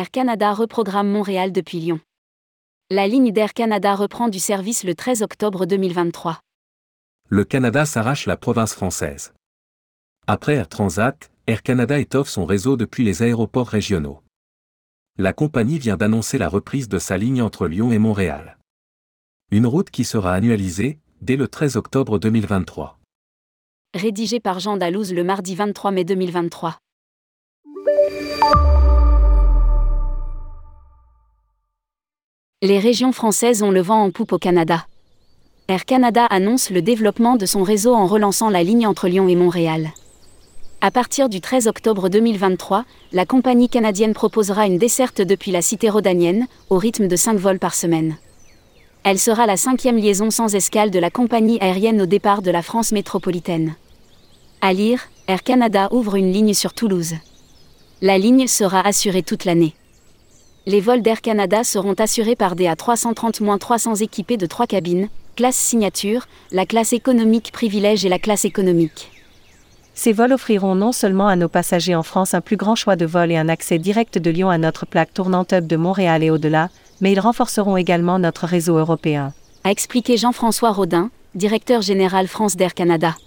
Air Canada reprogramme Montréal depuis Lyon. La ligne d'Air Canada reprend du service le 13 octobre 2023. Le Canada s'arrache la province française. Après Air Transat, Air Canada étoffe son réseau depuis les aéroports régionaux. La compagnie vient d'annoncer la reprise de sa ligne entre Lyon et Montréal. Une route qui sera annualisée dès le 13 octobre 2023. Rédigé par Jean Dalouse le mardi 23 mai 2023. Les régions françaises ont le vent en poupe au Canada. Air Canada annonce le développement de son réseau en relançant la ligne entre Lyon et Montréal. À partir du 13 octobre 2023, la compagnie canadienne proposera une desserte depuis la cité rhodanienne, au rythme de 5 vols par semaine. Elle sera la 5e liaison sans escale de la compagnie aérienne au départ de la France métropolitaine. À lire, Air Canada ouvre une ligne sur Toulouse. La ligne sera assurée toute l'année. Les vols d'Air Canada seront assurés par des A330-300 équipés de 3 cabines, classe signature, la classe économique privilège et la classe économique. Ces vols offriront non seulement à nos passagers en France un plus grand choix de vols et un accès direct de Lyon à notre plaque tournante hub de Montréal et au-delà, mais ils renforceront également notre réseau européen. A expliqué Jean-François Rodin, directeur général France d'Air Canada.